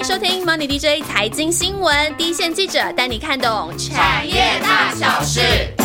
收听 Money DJ 财经新闻，第一线记者带你看懂产业大小事。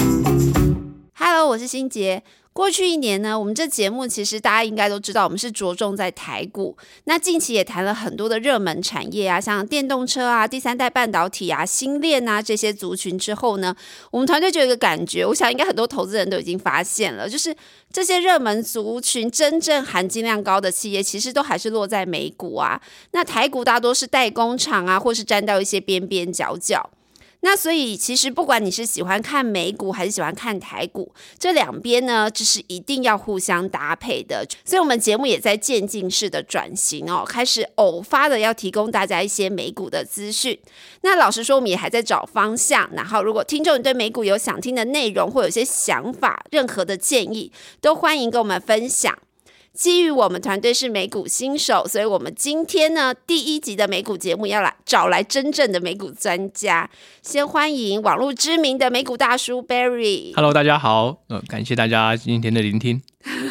Hello， 我是欣杰。过去一年呢，我们这节目其实大家应该都知道，我们是着重在台股。那近期也谈了很多的热门产业啊，像电动车啊、第三代半导体啊、新链啊这些族群之后呢，我们团队就有一个感觉，我想应该很多投资人都已经发现了，就是这些热门族群真正含金量高的企业，其实都还是落在美股啊。那台股大多是代工厂啊，或是沾到一些边边角角。那所以其实不管你是喜欢看美股还是喜欢看台股，这两边呢这是一定要互相搭配的。所以我们节目也在渐进式的转型哦，开始偶发的要提供大家一些美股的资讯。那老实说我们也还在找方向，然后如果听众你对美股有想听的内容或有些想法，任何的建议都欢迎跟我们分享。基于我们团队是美股新手，所以我们今天呢第一集的美股节目要找来真正的美股专家。先欢迎网络知名的美股大叔 Barry。 Hello， 大家好，感谢大家今天的聆听。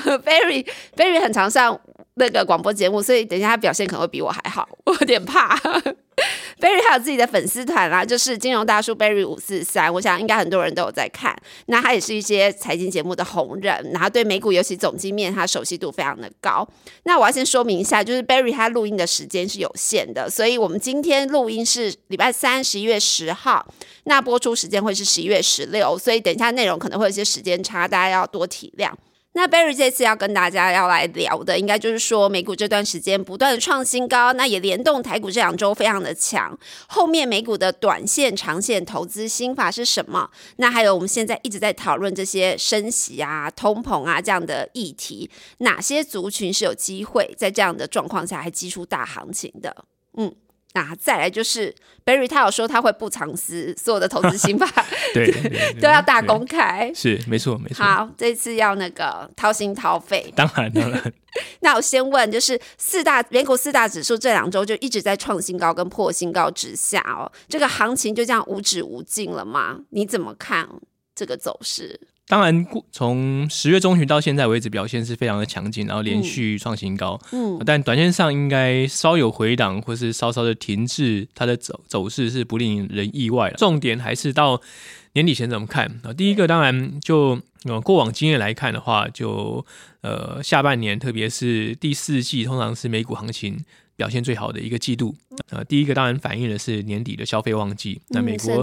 Barry 很常上那个广播节目，所以等一下他表现可能会比我还好，我有点怕。Barry 还有自己的粉丝团啦，就是金融大叔 Barry 543，我想应该很多人都有在看。那他也是一些财经节目的红人，然后对美股尤其总经面他熟悉度非常的高。那我要先说明一下，就是 Barry 他录音的时间是有限的，所以我们今天录音是礼拜三11月10号，那播出时间会是11月16，所以等一下内容可能会有一些时间差，大家要多体谅。那 Barry 这次要跟大家要来聊的，应该就是说美股这段时间不断的创新高，那也联动台股这2周非常的强。后面美股的短线、长线投资心法是什么？那还有我们现在一直在讨论这些升息啊、通膨啊这样的议题，哪些族群是有机会在这样的状况下还击出大行情的？那再来就是 Barry 他有说他会不藏私，所有的投资心法对都要大公开。 是没错。 好，这次要那个掏心掏肺。 当然那我先问，就是美股4大指数这2周就一直在创新高跟破新高之下哦，这个行情就这样无止无尽了吗？你怎么看这个走势？ 当然从10月中旬到现在为止表现是非常的强劲，然后连续创新高，但短线上应该稍有回档或是稍稍的停滞，它的走势是不令人意外了。重点还是到年底前怎么看。第一个当然就过往经验来看的话，就下半年特别是第4季通常是美股行情表现最好的一个季度。第一个当然反映的是年底的消费旺季，那美国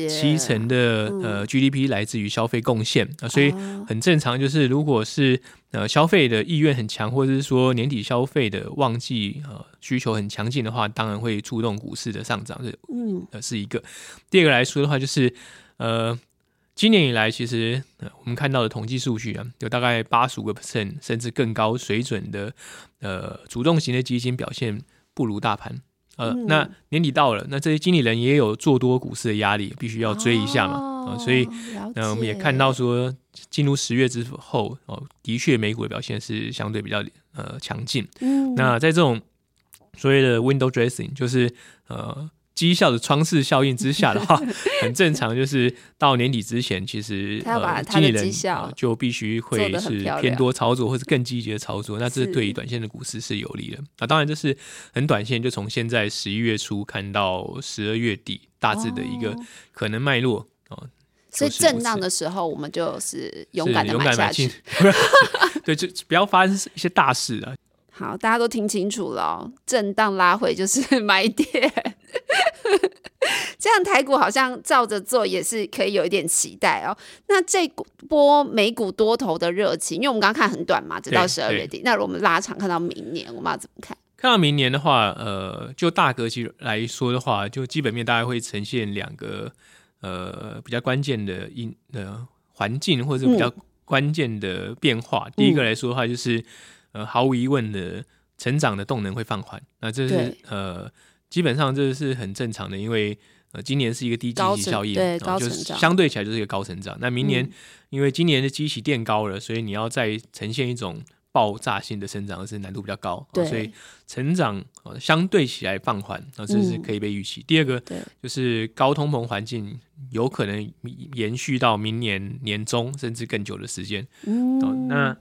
70%的GDP 来自于消费贡献，所以很正常，就是如果是消费的意愿很强，或者是说年底消费的旺季需求很强劲的话，当然会触动股市的上涨，是一个。第二个来说的话，就是今年以来，其实我们看到的统计数据有大概85%甚至更高水准的主动型的基金表现不如大盘。那年底到了，那这些经理人也有做多股市的压力，必须要追一下嘛。所以我们也看到说，进入10月之后，的确美股的表现是相对比较强劲。那在这种所谓的 window dressing， 就是绩效的窗式效应之下的话，很正常，就是到年底之前，其实经理人就必须会是偏多操作，或是更积极的操作。那这对于短线的股市是有利的。当然，这是很短线，就从现在11月初看到12月底，大致的一个可能脉络。 所以震荡的时候，我们就是勇敢的买下去。 对，就不要发生一些大事啊。 好，大家都听清楚了震荡拉回就是买点。这样台股好像照着做也是可以有一点期待哦。那这波美股多头的热情，因为我们刚刚看很短嘛，直到12月底。那如果我们拉长看到明年，我们要怎么看？ 看到明年的话，就大格局来说的话，就基本面大概会呈现2个比较关键的环境，或者比较关键的变化。第一个来说的话，就是毫无疑问的成长的动能会放缓。那这是基本上这是很正常的，因为今年是一个低基期效应，就是相对起来就是一个高成长。那明年因为今年的基期垫高了，所以你要再呈现一种爆炸性的生长是难度比较高，所以成长相对起来放缓，这是可以被预期。第二个就是高通膨环境有可能延续到明年年中甚至更久的时间。那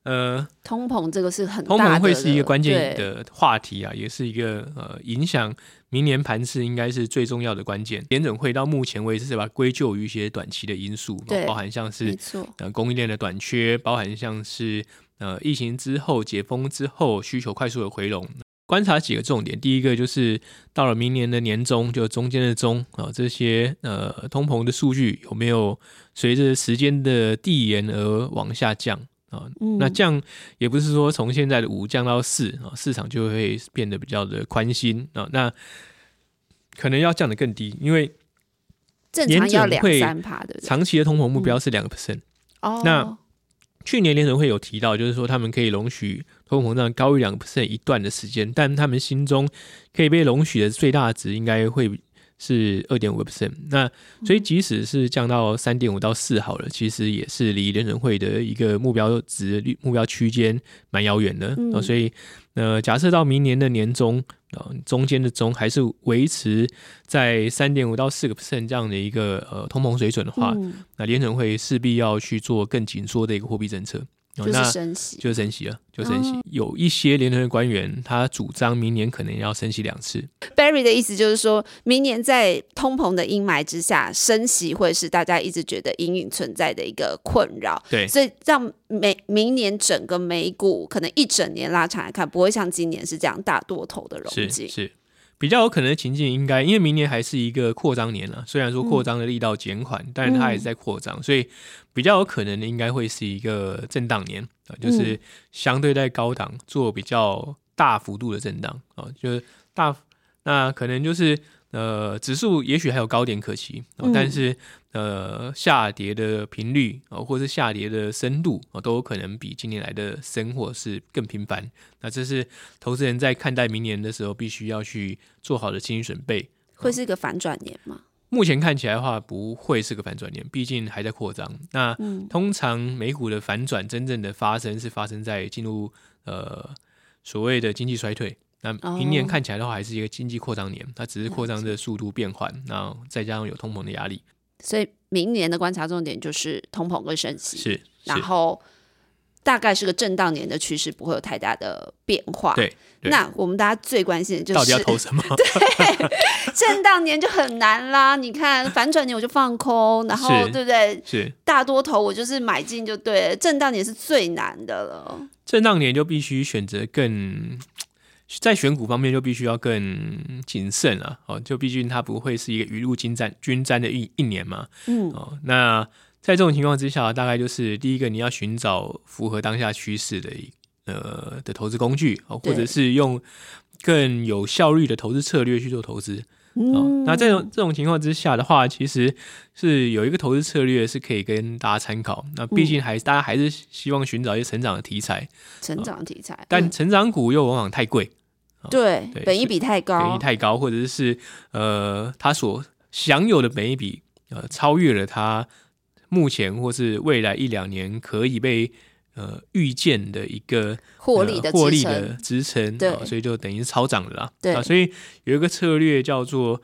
通膨这个是很大的， 通膨会是一个关键的话题啊，也是一个影响明年盘势应该是最重要的关键。联准会到目前为止是把它归咎于一些短期的因素，包含像是供应链的短缺，包含像是疫情之后解封之后需求快速的回笼。观察几个重点，第一个就是到了明年的年中，就中间的中这些通膨的数据有没有随着时间的递延而往下降那降也不是说从现在的5降到4市场就会变得比较的宽心那可能要降得更低，因为正常要2-3%，对不对？ 长期的通膨目标是2%。那去年联准会有提到，就是说他们可以容许通膨胀高于2% 一段的时间，但他们心中可以被容许的最大值应该会是 2.5%。那所以即使是降到 3.5 到4好了，其实也是离联准会的一个目标值目标区间蛮遥远的所以假设到明年的年中中间的中还是维持在 3.5 到 4% 这样的一个通膨水准的话那联准会势必要去做更紧缩的一个货币政策， 就是升息， 就升息了，就升息。有一些联准会官员他主张明年可能要升息2次。 Barry 的意思就是说，明年在通膨的阴霾之下，升息会是大家一直觉得隐隐存在的一个困扰。 对， 所以让明年整个美股可能一整年拉长来看，不会像今年是这样大多头的荣景。 是比较有可能的情境应该，因为明年还是一个扩张年了，虽然说扩张的力道减缓，但是它还是在扩张，所以比较有可能的应该会是一个震荡年就是相对在高档做比较大幅度的震荡就是那可能就是指数也许还有高点可期但是下跌的频率或是下跌的深度都有可能比今年来的深或是更频繁。那这是投资人在看待明年的时候必须要去做好的心理准备。 会是一个反转年吗？ 目前看起来的话不会是个反转年，毕竟还在扩张。那通常美股的反转真正的发生是发生在进入所谓的经济衰退。那明年看起来的话还是一个经济扩张年，它只是扩张的速度变缓，然后再加上有通膨的压力， 所以明年的观察重点就是通膨跟升息， 是然后大概是个震荡年的趋势，不会有太大的变化。 对， 那我们大家最关心的就是到底要投什么？ 对，震荡年就很难啦。你看反转年我就放空，然后对不对？ 是大多头我就是买进就对了，震荡年是最难的了。 震荡年就必须选择在选股方面就必须要更谨慎了就毕竟它不会是一个雨露均沾的一年嘛那在这种情况之下，大概就是第一个你要寻找符合当下趋势的投资工具或者是用更有效率的投资策略去做投资那这种情况之下的话，其实是有一个投资策略是可以跟大家参考。那毕竟大家还是希望寻找一些成长的题材，但成长股又往往太贵。 对，本益比太高， 或者是他所享有的本益比超越了他目前或是未来1-2年可以被预见的一个获利的支撑所以就等于是超涨了啦所以有一个策略叫做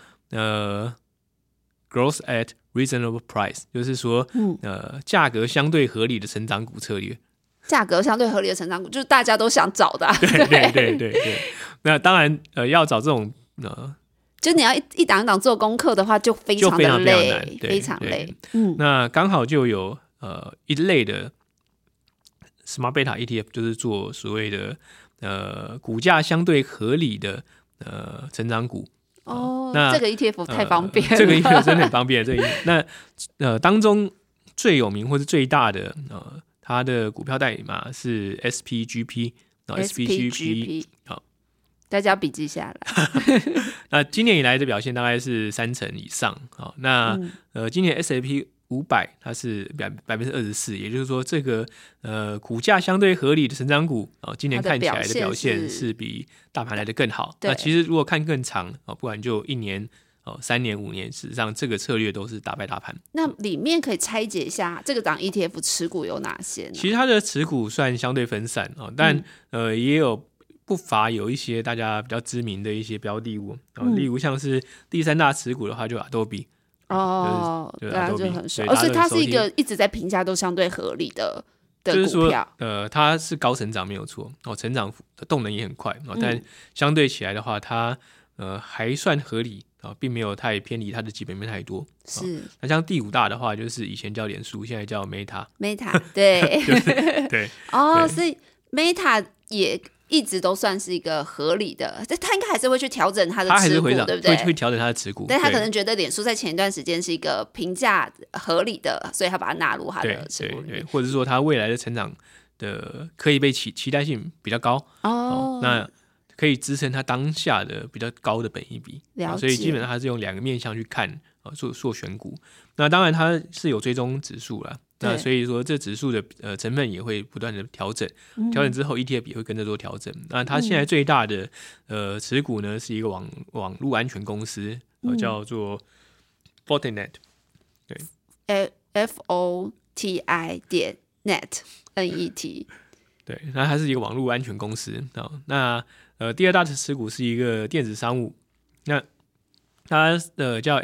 growth at reasonable price， 就是说价格相对合理的成长股策略。 价格相对合理的成长股，就是大家都想找的对。那当然要找这种就你要一档一档做功课的话，就非常的累， 非常累。那刚好就有一类的 Smart Beta ETF， 就是做所谓的股价相对合理的成长股。 那这个 ETF 太方便了， 这个 ETF 真的很方便。那当中最有名或是最大的它的股票代码是 SPGP 好， 大家笔记下来。 那今年以来的表现大概是30%以上。好，那今年 S&P 500它是24%，也就是说这个股价相对合理的成长股今年看起来的表现是比大盘来的更好。那其实如果看更长不管就1年。3年5年，事实上这个策略都是打败大盘。 那里面可以拆解一下这个档 ETF 持股有哪些呢？ 其实它的持股算相对分散但也有不乏有一些大家比较知名的一些标的物例如像是第3大持股的话就 Adobe 大家就很熟所以它是一个一直在评价都相对合理的的股票， 就是说它是高成长没有错，成长的动能也很快，但相对起来的话，它还算合理，并没有太偏离它的基本面太多。 是。 那像第5大的话，就是以前叫脸书，现在叫 Meta。 对对所以 Meta 也一直都算是一个合理的，他应该还是会去调整他的持股，对不对？ 会调整他的持股， 但他可能觉得脸书在前一段时间是一个评价合理的，所以他把它纳入他的持股里面， 或者说他未来的成长的可以被期待性比较高那可以支撑他当下的比较高的本益比，所以基本上他是用2个面向去看做选股。那当然它是有追踪指数啦，那所以说这指数的成分也会不断的调整，调整之后 ETF 也会跟着做调整。那它现在最大的持股呢是一个网络安全公司，叫做 Fortinet， 对 FOTI.net。 对，那它是一个网络安全公司。那第2大的持股是一个电子商务，那它叫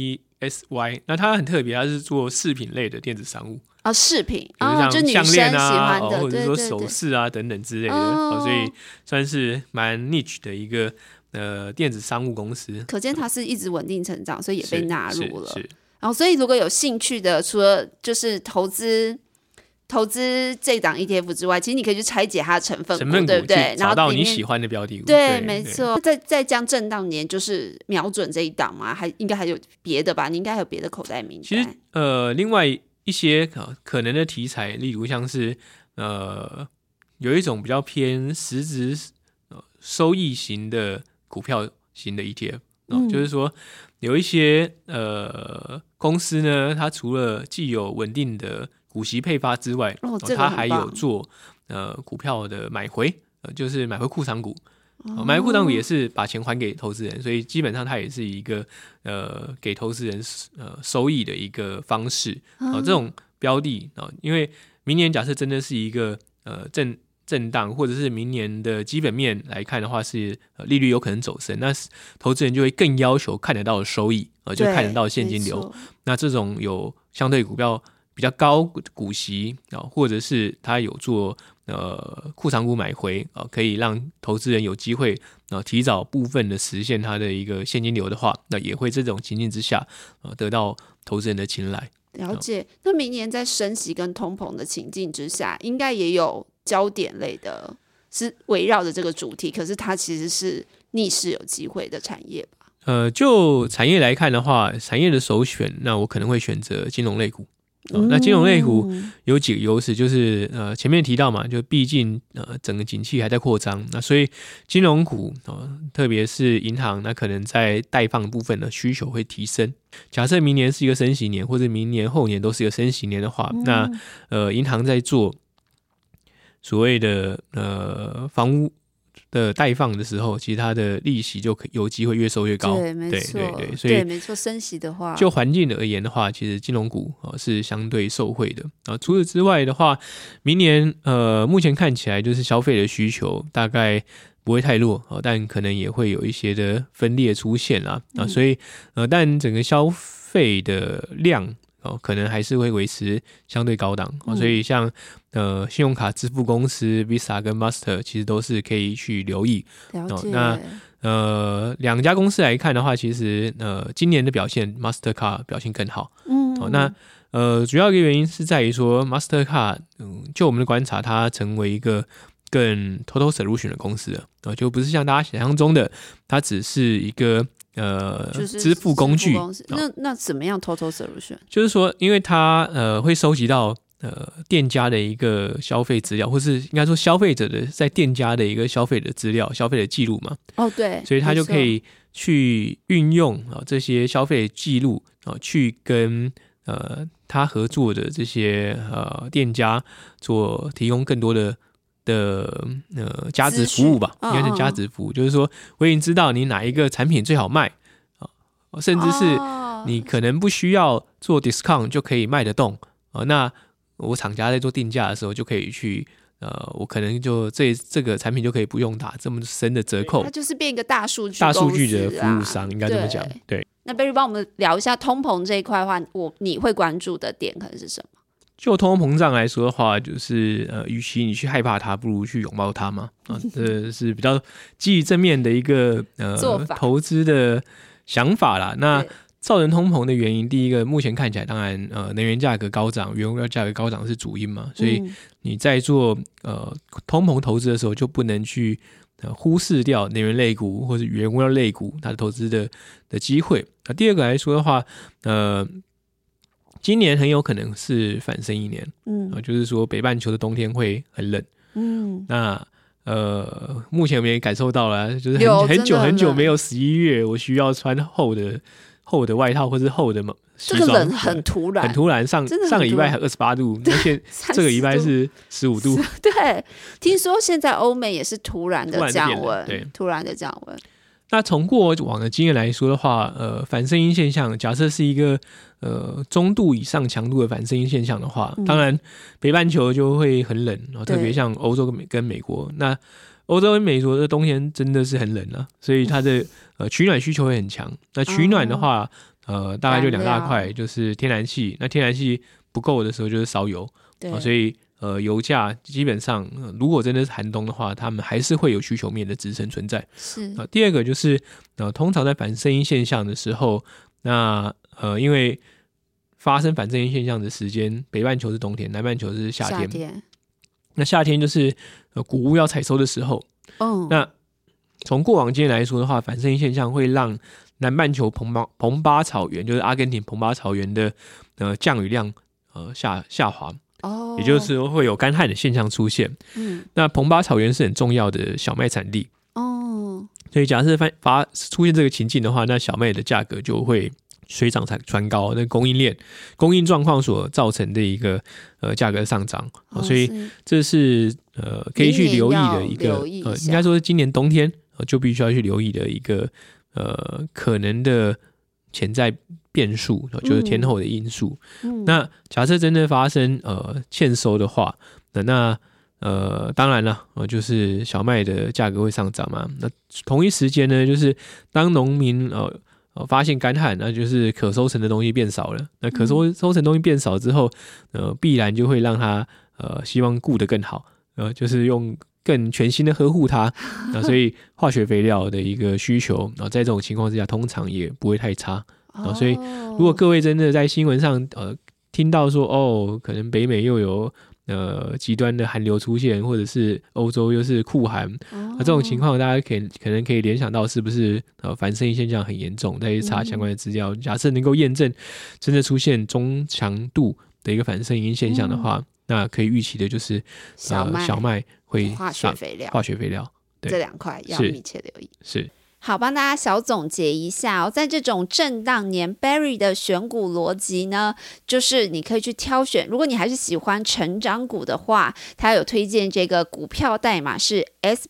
STSY， 那它很特别，它是做饰品类的电子商务饰品就女生喜欢的， 或者说首饰等等之类的，所以算是蛮 niche 的一个电子商务公司。 可见它是一直稳定成长，所以也被纳入了。 是然后，所以如果有兴趣的，除了就是投资这档 ETF 之外，其实你可以去拆解它的成分股，对不对？ 找到你喜欢的标的股。 对，没错。在这样震荡年，就是瞄准这一档吗？应该还有别的吧？你应该还有别的口袋名单。 其实另外一些可能的题材，例如像是有一种比较偏实质收益型的股票型的 ETF，就是说有一些公司呢，它除了既有稳定的股息配发之外，它还有做股票的买回，就是买回库藏股。买回库藏股也是把钱还给投资人，所以基本上它也是一个给投资人收益的一个方式。这种标的因为明年假设真的是一个震荡，或者是明年的基本面来看的话，是利率有可能走升，那投资人就会更要求看得到的收益，就看得到现金流。那这种有相对股票比较高股息，或者是他有做库藏股买回，可以让投资人有机会提早部分的实现他的一个现金流的话，那也会这种情境之下得到投资人的青睐。 了解。那明年在升息跟通膨的情境之下，应该也有焦点类的是围绕着这个主题，可是它其实是逆势有机会的产业吧？ 就产业来看的话，产业的首选，那我可能会选择金融类股。那金融类股有几个优势，就是前面提到嘛，就毕竟整个景气还在扩张，那所以金融股特别是银行，那可能在贷放部分的需求会提升。假设明年是一个升息年，或者明年后年都是一个升息年的话，那银行在做所谓的房屋的贷放的时候，其实它的利息就有机会越收越高。 对，没错， 对，所以没错，升息的话， 就环境而言的话，其实金融股是相对受惠的。除此之外的话，明年目前看起来就是消费的需求大概不会太弱，但可能也会有一些的分裂出现啦。所以但整个消费的量可能还是会维持相对高档，所以像信用卡支付公司 Visa 跟 Master 其实都是可以去留意。 了解。 那2家公司来看的话，其实今年的表现 Mastercard 表现更好。那主要一个原因是在于说 Mastercard 就我们的观察，它成为一个更 Total Solution 的公司了，就不是像大家想象中的，它只是一个就是支付工具。 那怎么样 Total Solution？ 就是说，因为它会收集到店家的一个消费资料，或是应该说消费者的在店家的一个消费的资料、消费的记录嘛。 对， 所以它就可以去运用这些消费记录去跟他合作的这些店家提供更多的价值服务吧，应该是价值服务，就是说我已经知道你哪一个产品最好卖，甚至是你可能不需要做 discount 就可以卖得动，那我厂家在做定价的时候就可以去我可能就这个产品就可以不用打这么深的折扣， 它就是变一个大数据的服务商，应该这么讲。对， 那 Barry 帮我们聊一下通膨这一块的话，你会关注的点可能是什么？ 就通货膨胀来说的话，就是与其你去害怕它，不如去拥抱它嘛。这是比较积极正面的一个投资的想法啦。那造成通膨的原因，第一个目前看起来，当然能源价格高涨、原物料价格高涨是主因嘛，所以你在做通膨投资的时候，就不能去忽视掉能源类股或是原物料类股它的投资的机会。第二个来说的话，今年很有可能是反生一年，就是说北半球的冬天会很冷，那目前我们也感受到了，就是很久没有11月，我需要穿厚的外套或是厚的西装， 这个冷很突然， 上个礼拜还28度，而且这个礼拜是15度。 对，听说现在欧美也是突然的降温， 对， 突然的降温。 那从过往的经验来说的话，反声音现象，假设是一个中度以上强度的反声音现象的话，当然北半球就会很冷，特别像欧洲跟美国。那欧洲跟美国的冬天真的是很冷啊，所以它的取暖需求会很强。那取暖的话，大概就2大块，就是天然气。那天然气不够的时候就是烧油，所以油价基本上如果真的是寒冬的话，他们还是会有需求面的支撑存在。 是第二个就是通常在反声音现象的时候，那因为发生反声音现象的时间，北半球是冬天，南半球是夏天。那夏天就是谷物要采收的时候。那从过往经验来说的话，反声音现象会让南半球蓬巴草原，就是阿根廷蓬巴草原的降雨量下滑。也就是说会有干旱的现象出现。那蓬巴草原是很重要的小麦产地。所以假设出现这个情境的话，那小麦的价格就会水涨船高，那供应状况所造成的一个价格上涨。所以这是可以去留意的一个应该说是今年冬天就必须要去留意的一个可能的潜在变数，就是天候的因素。那假设真的发生欠收的话，那当然了，就是小麦的价格会上涨嘛。那同一时间呢，就是当农民发现干旱，那就是可收成的东西变少了。那可收成东西变少之后，必然就会让他希望顾得更好，就是用更全心的呵护它。所以化学肥料的一个需求，在这种情况之下，通常也不会太差。所以如果各位真的在新闻上听到说可能北美又有极端的寒流出现，或者是欧洲又是酷寒，这种情况大家可能可以联想到是不是反声音现象很严重，再去查相关的资料。假设能够验证真的出现中强度的一个反声音现象的话，那可以预期的就是小麦会化学肥料对， 这2块要密切留意。 是。 好，帮大家小总结一下在这种震荡年 Barry 的选股逻辑呢，就是你可以去挑选，如果你还是喜欢成长股的话，他有推荐这个股票代码是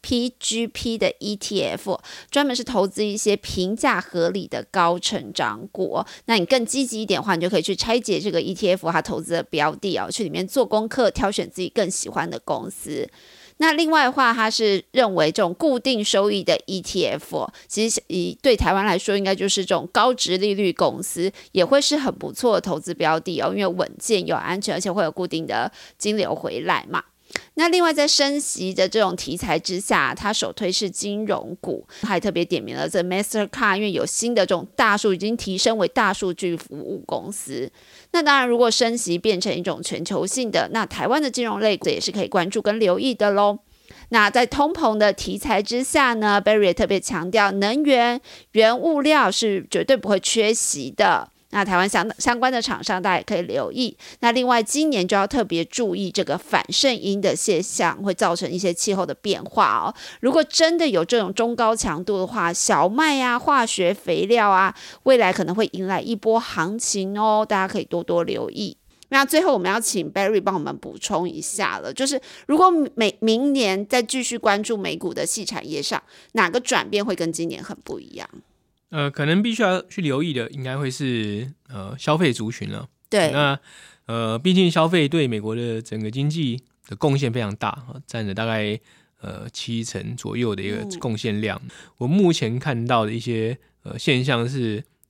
SPGP 的 ETF， 专门是投资一些评价合理的高成长股。那你更积极一点的话，你就可以去拆解这个 ETF 它投资的标的去里面做功课，挑选自己更喜欢的公司。那另外的话，他是认为这种固定收益的 ETF， 其实对台湾来说，应该就是这种高殖利率公司，也会是很不错的投资标的因为稳健有安全，而且会有固定的金流回来嘛。那另外在升息的这种题材之下，他首推是金融股，还特别点名了这 Mastercard， 因为有新的这种大数已经提升为大数据服务公司。那当然如果升息变成一种全球性的，那台湾的金融类股也是可以关注跟留意的咯。那在通膨的题材之下呢， Barry 也特别强调能源原物料是绝对不会缺席的。那台湾相关的厂商大家也可以留意。那另外今年就要特别注意这个反圣婴的现象会造成一些气候的变化如果真的有这种中高强度的话，小麦啊、化学肥料啊，未来可能会迎来一波行情大家可以多多留意。那最后我们要请 Barry 帮我们补充一下了，就是如果明年再继续关注美股的细产业上，哪个转变会跟今年很不一样？ 可能必须要去留意的应该会是消费族群了。 对， 那毕竟消费对美国的整个经济的贡献非常大，占了大概70%左右的一个贡献量。我目前看到的一些现象是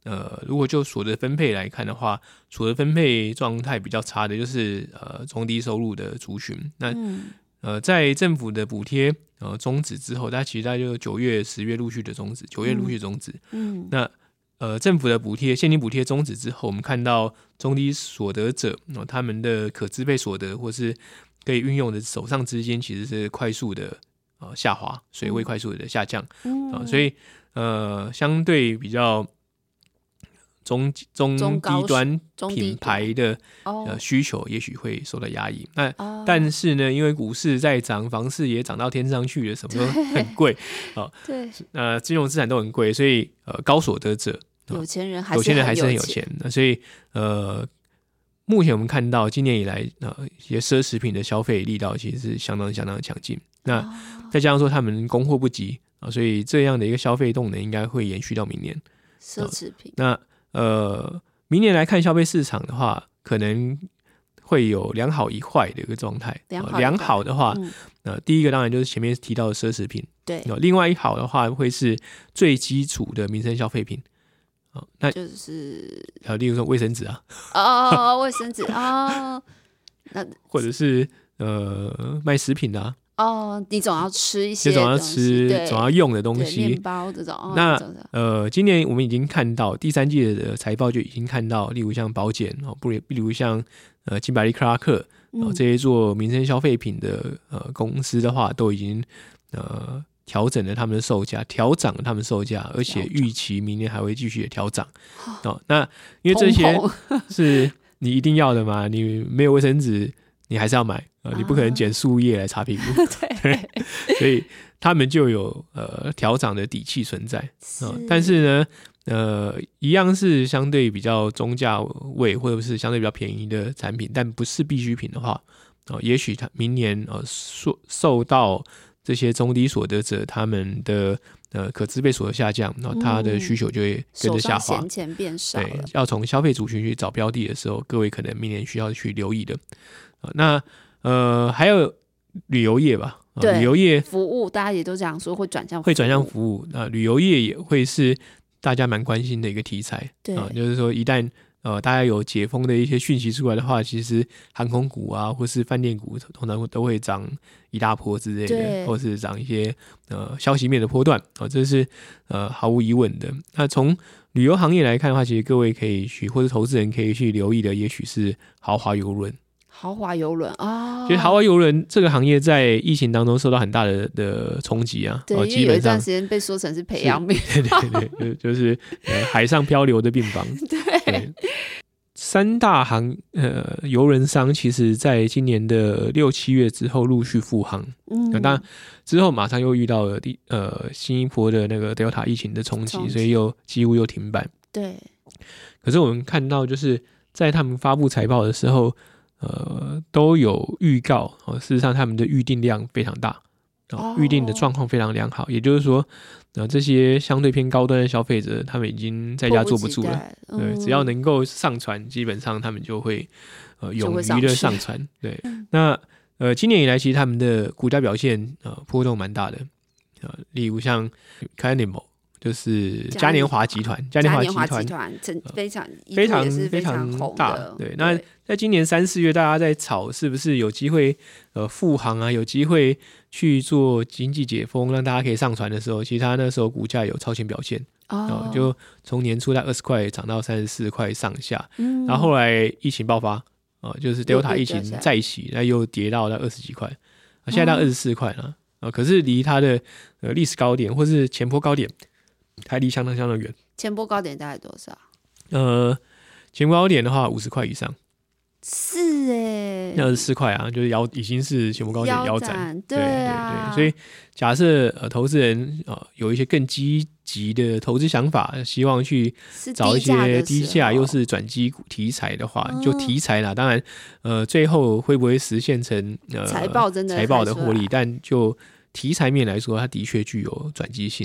如果就所得分配来看的话，所得分配状态比较差的就是中低收入的族群。那在政府的补贴终止之后，其实大概就9月、10月陆续的终止，9月陆续终止。那政府的补贴、现金补贴终止之后，我们看到中低所得者他们的可支配所得或是可以运用的手上资金，其实是快速的下滑，水位快速的下降。所以相对比较中低端品牌的需求也许会受到压抑。但是呢，因为股市在涨，房市也涨到天上去了，什么都很贵对，金融资产都很贵，所以高所得者有钱人还是很有钱。 所以目前我们看到今年以来一些奢侈品的消费力道其实是相当的强劲。那再加上说他们供货不及所以这样的一个消费动能应该会延续到明年。 奢侈品那明年来看消费市场的话，可能会有良好一坏的一个状态。良好的话，第一个当然就是前面提到的奢侈品， 对。 另外一好的话，会是最基础的民生消费品。那就是例如说卫生纸啊， 卫生纸那或者是卖食品的你总要吃一些， 总要吃，总要用的东西， 面包这种。 那今年我们已经看到第3季的财报就已经看到，例如像宝简例如像金百利克拉克这些做民生消费品的公司的话，都已经调整了他们的售价，调涨了他们售价，而且预期明年还会继续的调涨。那因为这些是你一定要的嘛，你没有卫生纸你还是要买你不可能捡树叶来擦屁股对，所以他们就有调涨的底气存在。但是呢一样是相对比较中价位或者是相对比较便宜的产品，但不是必需品的话也许他明年受到这些中低所得者他们的可支配所得下降，然后他的需求就会跟着下滑， 手上闲钱变少了。 对，要从消费族群去找标的的时候，各位可能明年需要去留意的。那还有旅游业吧， 对， 旅游业服务大家也都讲说会转向服务，旅游业也会是大家蛮关心的一个题材。 对， 就是说一旦大家有解封的一些讯息出来的话，其实航空股啊或是饭店股通常都会涨一大波之类的，或是涨一些消息面的波段这是毫无疑问的。那从旅游行业来看的话，其实各位可以去或者投资人可以去留意的，也许是豪华邮轮。 豪华邮轮其实豪华邮轮这个行业在疫情当中受到很大的冲击啊。 对，因为有一段时间被说成是培养皿， 对，就是海上漂流的病房。对，3大邮轮商其实在今年的6、7月之后陆续复航。当然之后马上又遇到了新一波的那个 Delta 疫情的冲击，所以又几乎又停摆。 对。 可是我们看到就是在他们发布财报的时候都有预告事实上他们的预订量非常大预订的状况非常良好，也就是说这些相对偏高端的消费者他们已经在家坐不住了。对，只要能够上传基本上他们就会勇于的上传。对，那今年以来其实他们的股价表现波动蛮大的例如像 Carnival就是嘉年华集团非常红大。对，那在今年3、4月，大家在吵是不是有机会复航啊，有机会去做经济解封，让大家可以上船的时候，其实他那时候股价有超前表现就从年初在20块涨到34块上下。然后后来疫情爆发就是 Delta 疫情再起，那又跌到20几块现在到24块了可是离它的历史高点或是前波高点还离相当远。 前波高点大概多少？ 前波高点的话50块以上。 是耶 ，24块就是已经是前波高点腰斩。 对啊， 所以假设投资人有一些更积极的投资想法，希望去找一些低价又是转机股题材的话，就题材啦。当然最后会不会实现成财报的获利，但就题材面来说，它的确具有转机性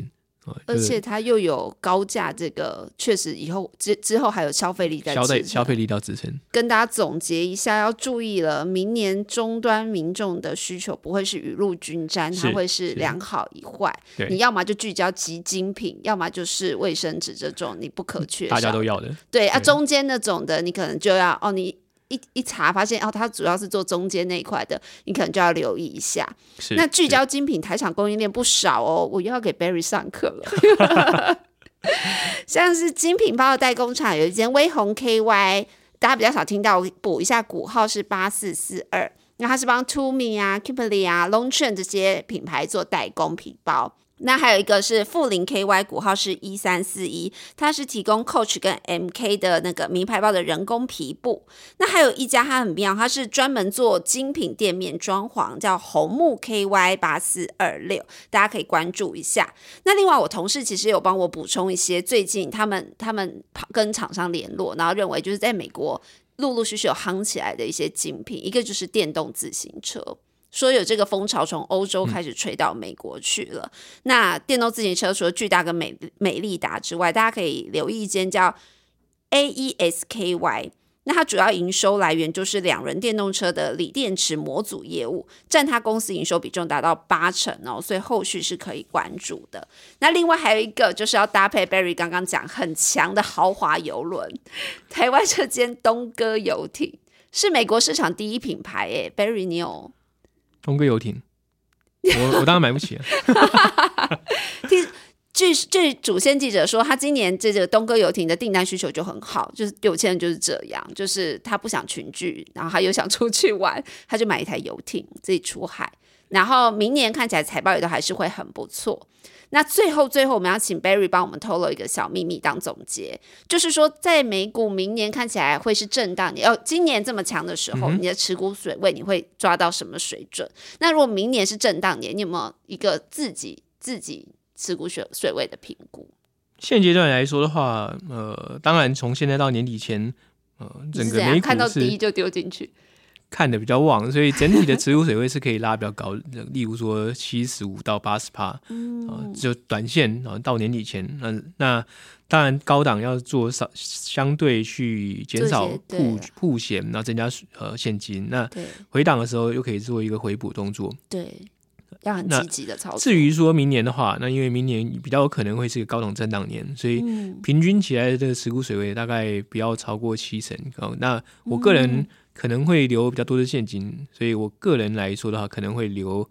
而且它又有高价，这个确实以后之后还有消费力在支撑， 消费力到支撑。 跟大家总结一下，要注意了，明年终端民众的需求不会是雨露均沾，它会是两好一坏。你要么就聚焦极精品，要么就是卫生纸这种你不可缺少的， 大家都要的。 对啊，中间那种的你可能就要你一查发现它主要是做中间那一块的，你可能就要留意一下。那聚焦精品台厂供应链不少哦，我又要给 Barry 上课了。像是精品包的代工厂有一间微红 KY， 大家比较少听到，我补一下股号是8442，那它是帮 Tumi 啊 Kimberly 啊 Longchamp 这些品牌做代工皮包。那还有一个是富林 KY， 股号是1341，它是提供 Coach 跟 MK 的那个名牌包的人工皮布。那还有一家它很妙，它是专门做精品店面装潢，叫红木 KY8426， 大家可以关注一下。那另外我同事其实有帮我补充一些最近他们跟厂商联络，然后认为就是在美国陆陆续续有夯起来的一些精品，一个就是电动自行车，说有这个风潮从欧洲开始吹到美国去了。那电动自行车除了巨大跟美利达之外，大家可以留意一间叫 AESKY， 那它主要营收来源就是2人电动车的锂电池模组业务，占它公司营收比重达到80%哦，所以后续是可以关注的。那另外还有一个就是要搭配 Barry 刚刚讲很强的豪华邮轮，台湾这间东哥游艇是美国市场第一品牌耶。 Barry 你有东哥游艇，我当然买不起了。 据主线记者说，他今年这个东哥游艇的订单需求就很好，就是有钱人就是这样，就是他不想群聚，然后他又想出去玩，他就买一台游艇自己出海，然后明年看起来财报也都还是会很不错。那最后我们要请 Barry 帮我们透露一个小秘密当总结，就是说在美股明年看起来会是震荡年，今年这么强的时候，你的持股水位你会抓到什么水准？那如果明年是震荡年，你有没有一个自己持股水位的评估？现阶段来说的话，当然从现在到年底前，整个美股是看到低就丢进去， 看得比较旺，所以整体的持股水位是可以拉比较高的，例如说75%到80%，就短线到年底前，那当然高档要做相对去减少曝险，然后增加现金。那回档的时候又可以做一个回补动作， 对，要很积极的操作。 至于说明年的话，那因为明年比较有可能会是一个高档震荡年，所以平均起来的这个持股水位大概不要超过70%。那我个人可能会留比较多的现金，所以我个人来说的话，可能会留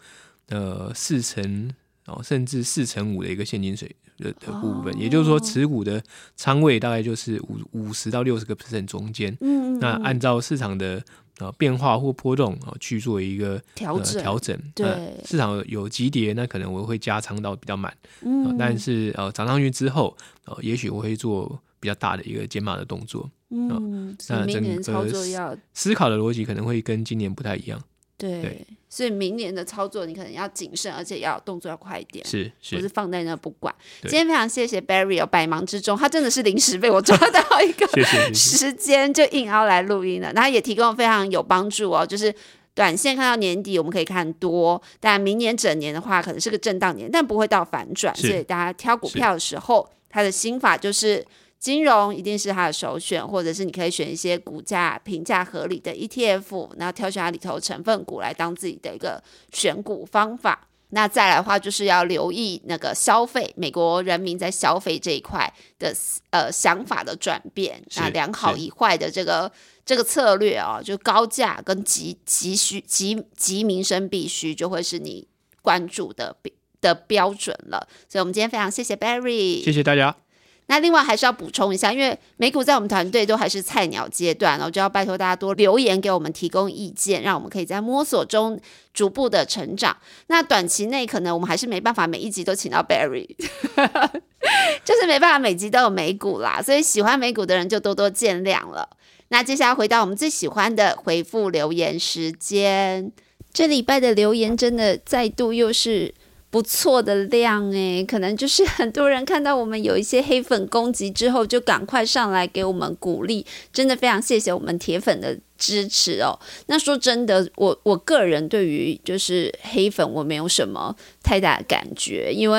40%，甚至4%-5%的一个现金水的部分，也就是说持股的仓位大概就是50%到60% 中间。那按照市场的变化或波动去做一个调整。对，市场有急跌，那可能我会加仓到比较满。但是涨上去之后，也许我会做比较大的一个减码的动作。 所以明年操作要思考的逻辑可能会跟今年不太一样。 对，所以明年的操作你可能要谨慎，而且要动作要快一点，不是放在那不管。今天非常谢谢 Barry， 百忙之中他真的是临时被我抓到一个时间就硬凹来录音了，然后也提供非常有帮助哦，就是短线看到年底我们可以看多，但明年整年的话可能是个震荡年，但不会到反转，所以大家挑股票的时候他的心法就是金融一定是他的首选，或者是你可以选一些股价评价合理的 ETF， 然后挑选它里头成分股来当自己的一个选股方法。那再来的话就是要留意那个消费，美国人民在消费这一块的想法的转变，那两好一坏的这个策略就高价跟急民生必须就会是你关注的标准了。所以我们今天非常谢谢 Barry， 谢谢大家。 那另外还是要补充一下，因为美股在我们团队都还是菜鸟阶段，就要拜托大家多留言给我们提供意见，让我们可以在摸索中逐步的成长。那短期内可能我们还是没办法每一集都请到 Barry 就是没办法每集都有美股啦，所以喜欢美股的人就多多见谅了。那接下来回到我们最喜欢的回复留言时间，这礼拜的留言真的再度又是不错的量可能就是很多人看到我们有一些黑粉攻击之后就赶快上来给我们鼓励，真的非常谢谢我们铁粉的支持哦。那说真的，我个人对于就是黑粉我没有什么太大的感觉，因为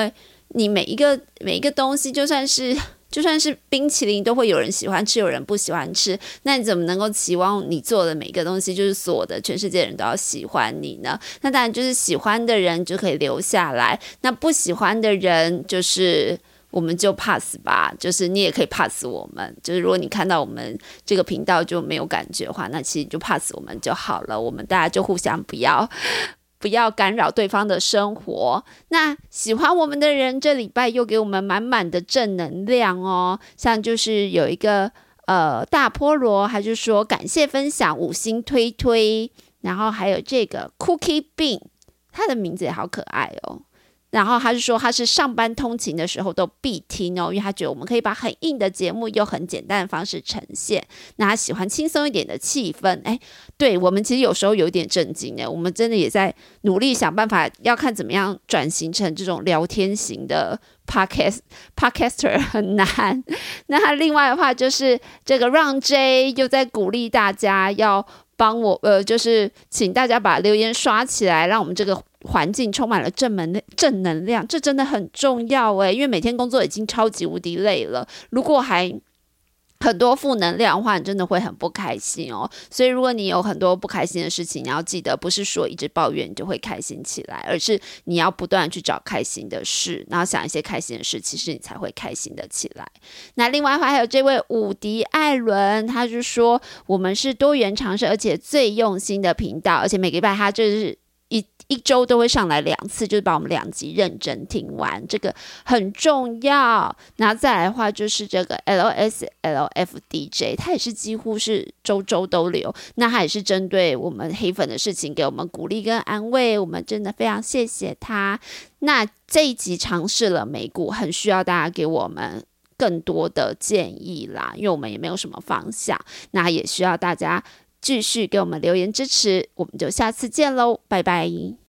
你每一个东西，就算是冰淇淋都会有人喜欢吃，有人不喜欢吃，那你怎么能够期望你做的每一个东西就是所有的全世界人都要喜欢你呢？那当然就是喜欢的人就可以留下来，那不喜欢的人就是我们就 pass 吧，就是你也可以 pass 我们，就是如果你看到我们这个频道就没有感觉的话，那其实就 pass 我们就好了，我们大家就互相不要干扰对方的生活。那喜欢我们的人这礼拜又给我们满满的正能量哦，像就是有一个大菠萝，他就说感谢分享5星推，然后还有这个 Cookie Bean， 他的名字也好可爱哦。然后他就说他是上班通勤的时候都必听哦，因为他觉得我们可以把很硬的节目用很简单的方式呈现，那他喜欢轻松一点的气氛。对，我们其实有时候有点震惊我们真的也在努力想办法，要看怎么样转型成这种聊天型的 podcaster 很难。那另外的话就是这个让 J 又在鼓励大家要帮我就是请大家把留言刷起来，让我们这个环境充满了正能量，这真的很重要因为每天工作已经超级无敌累了，如果还很多负能量的话，你真的会很不开心哦。所以如果你有很多不开心的事情，你要记得不是说一直抱怨你就会开心起来，而是你要不断去找开心的事，然后想一些开心的事，其实你才会开心的起来。那另外的话还有这位伍迪艾伦，他就说我们是多元尝试而且最用心的频道，而且每个礼拜他就是一周都会上来2次，就是把我们2集认真听完，这个很重要。然后再来的话就是这个 LSLFDJ， 他也是几乎是周都留，那他也是针对我们黑粉的事情给我们鼓励跟安慰，我们真的非常谢谢他。那这一集尝试了美股，很需要大家给我们更多的建议啦，因为我们也没有什么方向，那也需要大家继续给我们留言支持，我们就下次见喽，拜拜。